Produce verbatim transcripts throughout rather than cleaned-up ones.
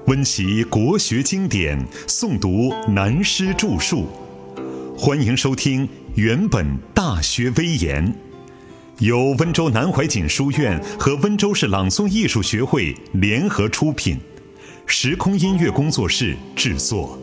温习国学经典，诵读南师著述。欢迎收听原本大学微言，由温州南怀瑾书院和温州市朗诵艺术学会联合出品，时空音乐工作室制作。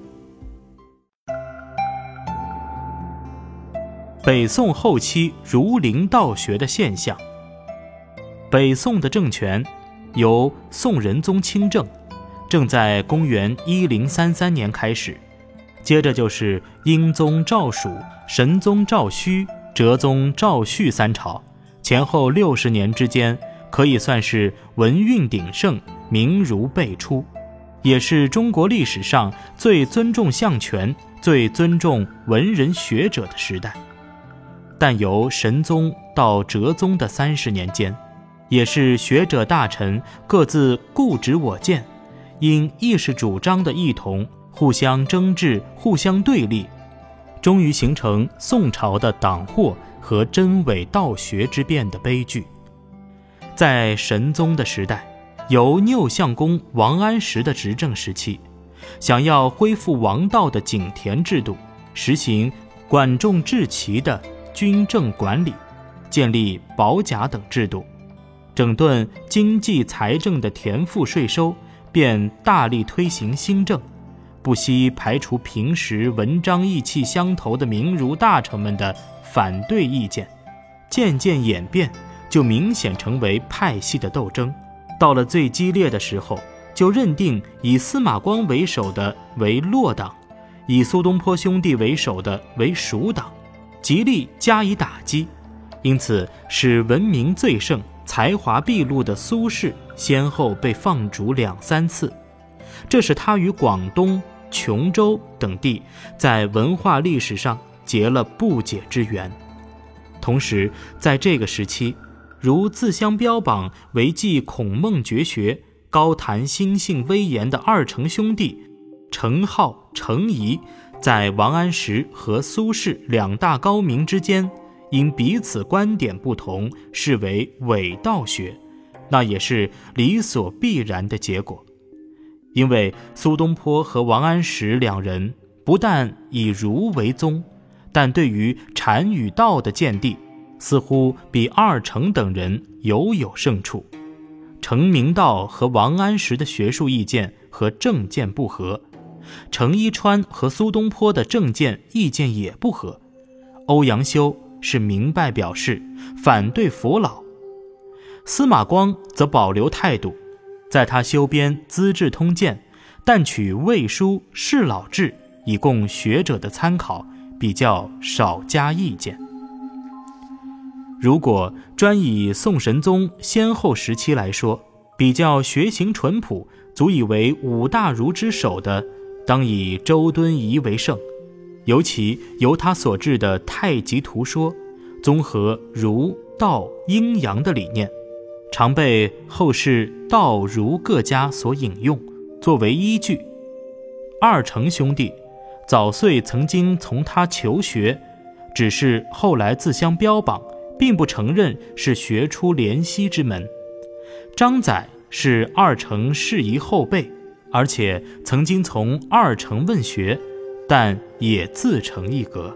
北宋后期儒林道学的现象。北宋的政权由宋仁宗亲政，正在公元一零三三年开始，接着就是英宗赵曙、神宗赵顼、哲宗赵煦三朝，前后六十年之间，可以算是文运鼎盛，名儒辈出，也是中国历史上最尊重相权、最尊重文人学者的时代。但由神宗到哲宗的三十年间，也是学者大臣各自固执我见，因意识主张的异同，互相争执，互相对立，终于形成宋朝的党祸和真伪道学之变的悲剧。在神宗的时代，由拗相公王安石的执政时期，想要恢复王道的井田制度，实行管仲治齐的军政管理，建立保甲等制度，整顿经济财政的田赋税收，便大力推行新政，不惜排除平时文章意气相投的名儒大臣们的反对意见，渐渐演变，就明显成为派系的斗争。到了最激烈的时候，就认定以司马光为首的为骆党，以苏东坡兄弟为首的为蜀党，极力加以打击。因此使闻名最盛、才华毕露的苏轼先后被放逐两三次，这是他与广东、琼州等地在文化历史上结了不解之缘。同时在这个时期，如自相标榜为继孔孟绝学、高谈心性威严的二程兄弟程颢、程颐，在王安石和苏轼两大高明之间，因彼此观点不同，视为伪道学，那也是理所必然的结果。因为苏东坡和王安石两人不但以儒为宗，但对于禅与道的见地，似乎比二程等人犹有胜处。程明道和王安石的学术意见和政见不合，程伊川和苏东坡的政见意见也不合，欧阳修是明白表示反对佛老，司马光则保留态度，在他修编《资治通鉴》，但取魏书、释老志以供学者的参考，比较少加意见。如果专以宋神宗先后时期来说，比较学行淳朴，足以为五大儒之首的，当以周敦颐为盛，尤其由他所制的太极图说，综合儒道阴阳的理念，常被后世道儒各家所引用，作为依据。二程兄弟早岁曾经从他求学，只是后来自相标榜，并不承认是学出怜惜之门。张载是二程适宜后辈，而且曾经从二程问学，但也自成一格。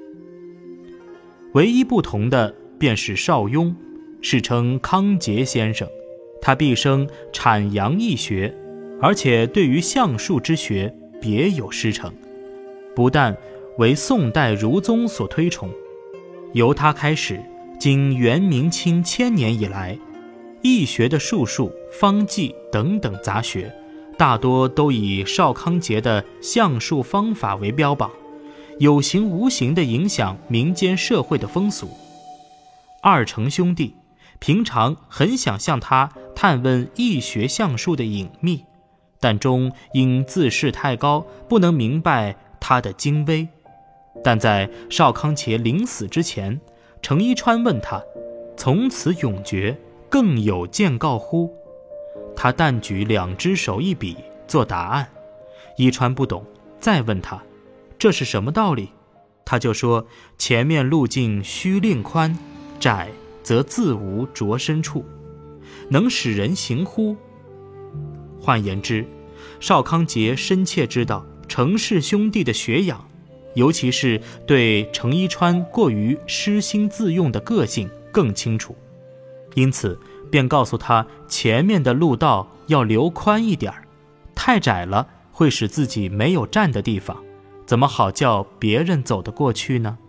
唯一不同的便是邵雍，世称康节先生，他毕生阐扬易学，而且对于相术之学别有师承，不但为宋代儒宗所推崇，由他开始，经元明清千年以来，易学的术数、方剂等等杂学，大多都以邵康节的相术方法为标榜，有形无形地影响民间社会的风俗。二程兄弟平常很想向他探问易学相术的隐秘，但终因自视太高，不能明白他的精微。但在邵康节临死之前，程伊川问他：从此永绝，更有见告乎？他但举两只手一比做答案。伊川不懂，再问他这是什么道理，他就说前面路径须令宽，窄则自无着身处，能使人行乎？换言之， 邵康节深切知道程氏兄弟的学养，尤其是对程一川过于失心自用的个性更清楚，因此便告诉他前面的路道要留宽一点，太窄了会使自己没有站的地方，怎么好叫别人走得过去呢？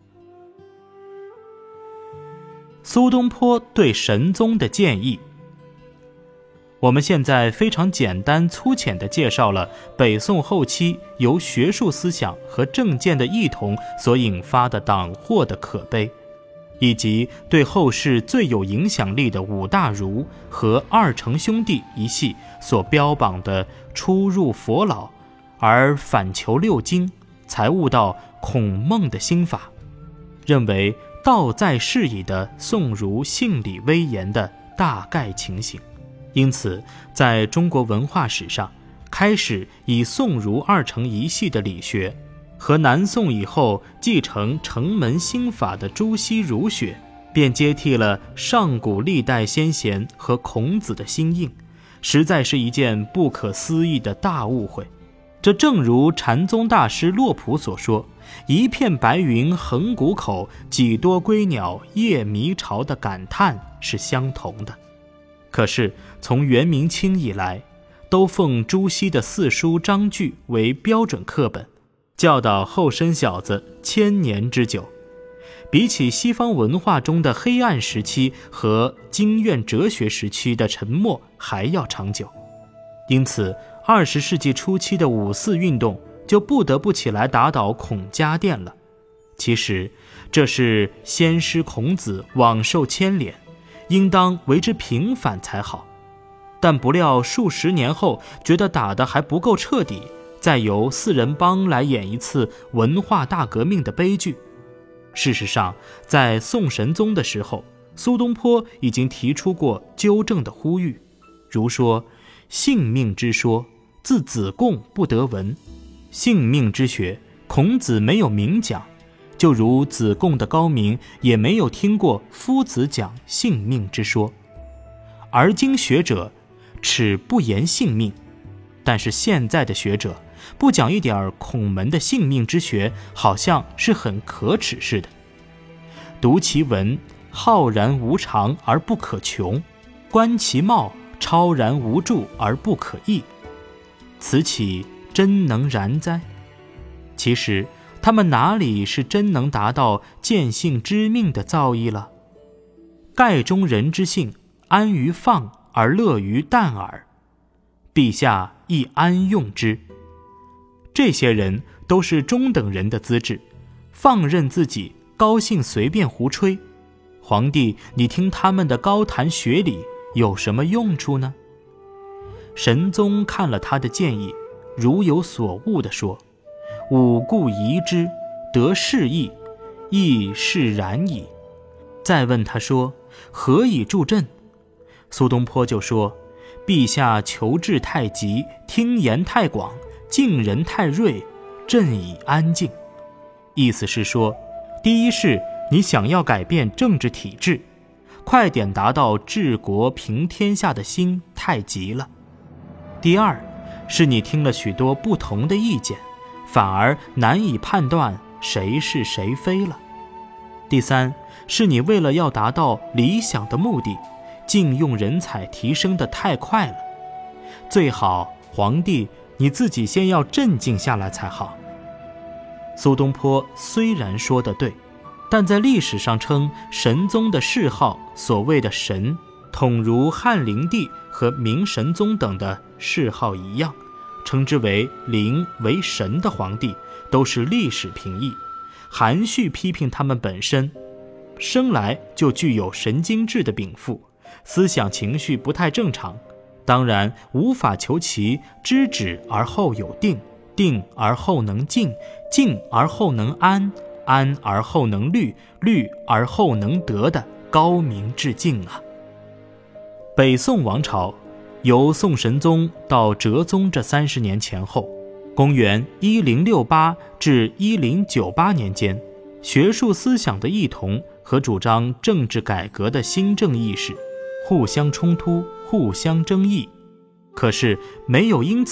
苏东坡对神宗的建议。我们现在非常简单粗浅地介绍了北宋后期由学术思想和政见的异同所引发的党祸的可悲，以及对后世最有影响力的五大儒和二程兄弟一系所标榜的出入佛老而反求六经，才悟到孔孟的心法，认为道在是矣的宋儒性理威严的大概情形。因此在中国文化史上，开始以宋儒二程一系的理学和南宋以后继承程门心法的朱熹儒学，便接替了上古历代先贤和孔子的心印，实在是一件不可思议的大误会。这正如禅宗大师洛普所说，一片白云横谷口，几多归鸟夜迷巢的感叹是相同的。可是从元明清以来，都奉朱熹的四书章句为标准课本，教导后生小子千年之久，比起西方文化中的黑暗时期和经院哲学时期的沉默还要长久。因此二十世纪初期的五四运动就不得不起来打倒孔家店了。其实这是先师孔子枉受牵连，应当为之平反才好，但不料数十年后觉得打得还不够彻底，再由四人帮来演一次文化大革命的悲剧。事实上在宋神宗的时候，苏东坡已经提出过纠正的呼吁，如说性命之说自子贡不得闻，性命之学孔子没有明讲，就如子贡的高明也没有听过夫子讲性命之说。而今学者耻不言性命，但是现在的学者不讲一点孔门的性命之学，好像是很可耻似的。读其文，浩然无常而不可穷；观其貌，超然无助而不可议。此岂真能然哉？其实他们哪里是真能达到见性知命的造诣了？盖中人之性，安于放而乐于淡耳，陛下亦安用之。这些人都是中等人的资质，放任自己高兴随便胡吹。皇帝，你听他们的高谈学理有什么用处呢？神宗看了他的建议，如有所悟地说：吾故疑之，得是意，亦是然矣。再问他说：何以助朕？苏东坡就说：陛下求治太急，听言太广，敬人太锐，朕已安静。意思是说，第一是你想要改变政治体制，快点达到治国平天下的心太急了；第二是你听了许多不同的意见，反而难以判断谁是谁非了；第三是你为了要达到理想的目的，禁用人才提升得太快了。最好皇帝你自己先要镇静下来才好。苏东坡虽然说得对，但在历史上称神宗的谥号，所谓的神，统如汉灵帝和明神宗等的谥号一样，称之为灵为神的皇帝，都是历史评议，含蓄批评他们本身生来就具有神经质的禀赋，思想情绪不太正常，当然无法求其知止而后有定，定而后能静，静而后能安，安而后能虑，虑而后能得的高明至境啊。北宋王朝由宋神宗到哲宗这三十年前后，公元一零六八至一零九八年间，学术思想的异同和主张政治改革的新政意识互相冲突，互相争议，可是没有因此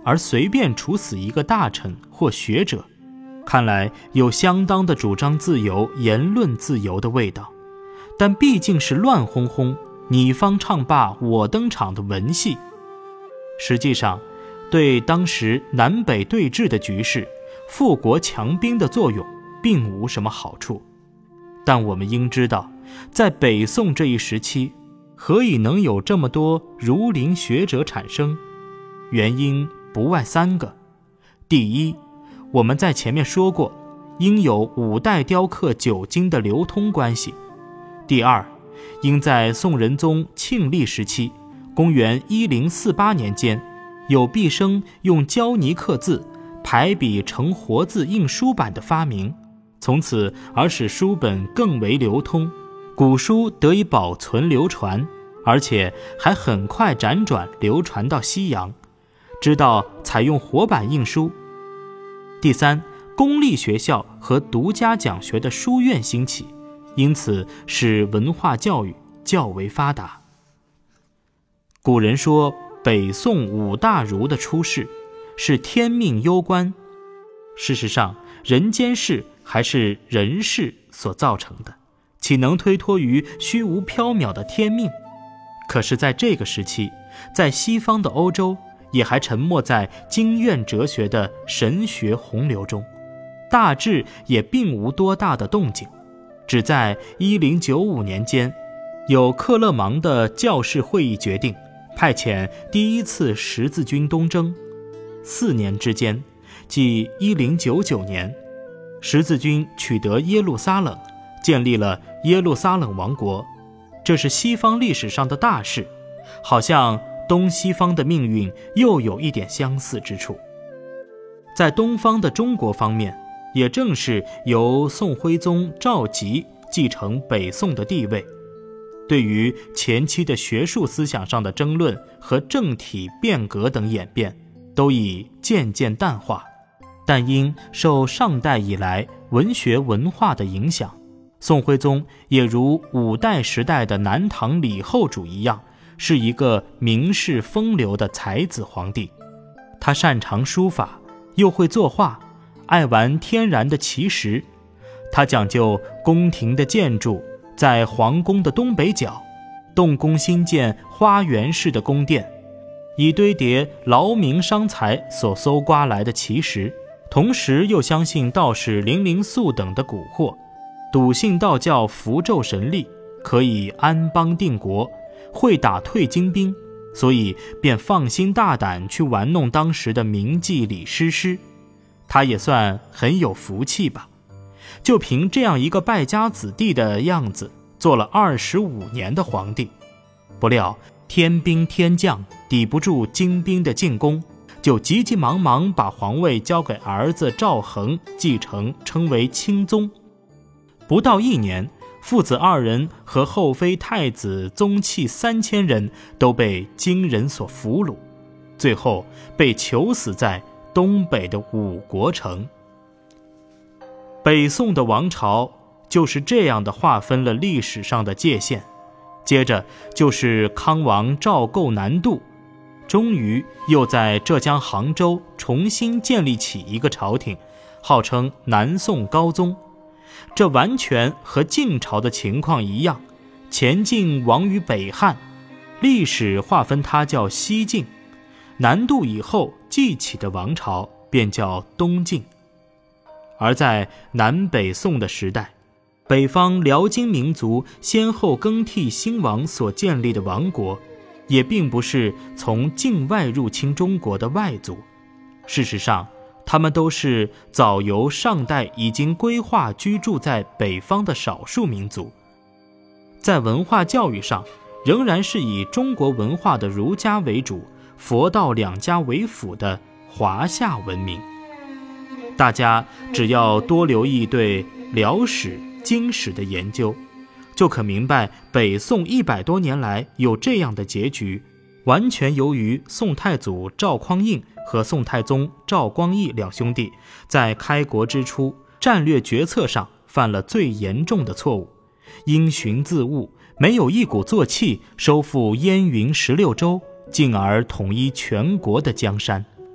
而随便处死一个大臣或学者，看来有相当的主张自由、言论自由的味道，但毕竟是乱哄哄、你方唱罢我登场的文戏，实际上对当时南北对峙的局势、富国强兵的作用并无什么好处。但我们应知道，在北宋这一时期，何以能有这么多儒林学者产生？原因不外三个。第一，我们在前面说过，应有五代雕刻九经的流通关系。第二，应在宋仁宗庆历时期，公元一零四八年间，有毕生用胶泥刻字、排笔成活字印书版的发明，从此而使书本更为流通，古书得以保存流传，而且还很快辗转流传到西洋，知道采用活版印书。第三，公立学校和独家讲学的书院兴起，因此使文化教育较为发达。古人说北宋五大儒的出世是天命攸关，事实上人间事还是人事所造成的，岂能推脱于虚无缥缈的天命？可是在这个时期，在西方的欧洲也还沉没在经院哲学的神学洪流中，大致也并无多大的动静。只在一零九五年间，有克勒芒的教士会议决定派遣第一次十字军东征。四年之间，即一零九九年，十字军取得耶路撒冷，建立了耶路撒冷王国。这是西方历史上的大事，好像东西方的命运又有一点相似之处。在东方的中国方面，也正是由宋徽宗赵佶继承北宋的地位，对于前期的学术思想上的争论和政体变革等演变，都已渐渐淡化。但因受上代以来文学文化的影响，宋徽宗也如五代时代的南唐李后主一样，是一个名士风流的才子皇帝。他擅长书法，又会作画，爱玩天然的奇石。他讲究宫廷的建筑，在皇宫的东北角动工新建花园式的宫殿，以堆叠劳民伤财所搜刮来的奇石，同时又相信道士灵灵素等的蛊惑，笃信道教符咒神力，可以安邦定国，会打退金兵，所以便放心大胆去玩弄当时的名妓李师师。他也算很有福气吧，就凭这样一个败家子弟的样子，做了二十五年的皇帝。不料天兵天将抵不住金兵的进攻，就急急忙忙把皇位交给儿子赵恒继承，称为钦宗。不到一年，父子二人和后妃太子宗戚三千人都被金人所俘虏，最后被囚死在东北的五国城。北宋的王朝就是这样的划分了历史上的界限。接着就是康王赵构南渡，终于又在浙江杭州重新建立起一个朝廷，号称南宋高宗。这完全和晋朝的情况一样，前晋亡于北汉，历史划分它叫西晋，南渡以后继起的王朝便叫东晋。而在南北宋的时代，北方辽金民族先后更替兴亡所建立的王国，也并不是从境外入侵中国的外族，事实上他们都是早由上代已经规划居住在北方的少数民族。在文化教育上，仍然是以中国文化的儒家为主，佛道两家为辅的华夏文明。大家只要多留意对辽史、金史的研究，就可明白北宋一百多年来有这样的结局，完全由于宋太祖赵匡胤和宋太宗赵光义两兄弟在开国之初战略决策上犯了最严重的错误，因循自误，没有一鼓作气收复燕云十六州，进而统一全国的江山。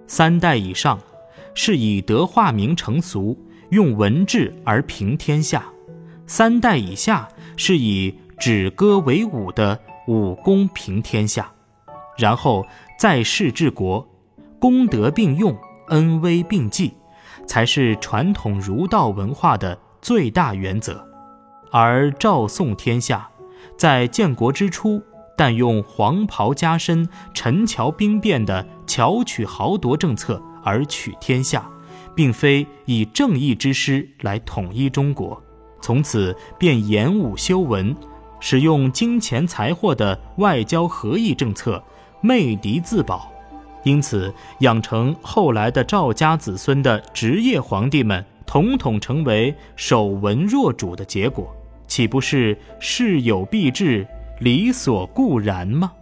三代以上，是以德化名成俗，用文治而平天下；三代以下，是以止戈为武的武功平天下。然后在世治国，功德并用，恩威并济，才是传统儒道文化的最大原则。而赵宋天下，在建国之初，但用黄袍加身、陈桥兵变的巧取豪夺政策而取天下，并非以正义之师来统一中国。从此便严武修文，使用金钱财货的外交合议政策，媚敌自保。因此养成后来的赵家子孙的职业皇帝们统统成为守文若主的结果，岂不是事有必至，理所固然吗？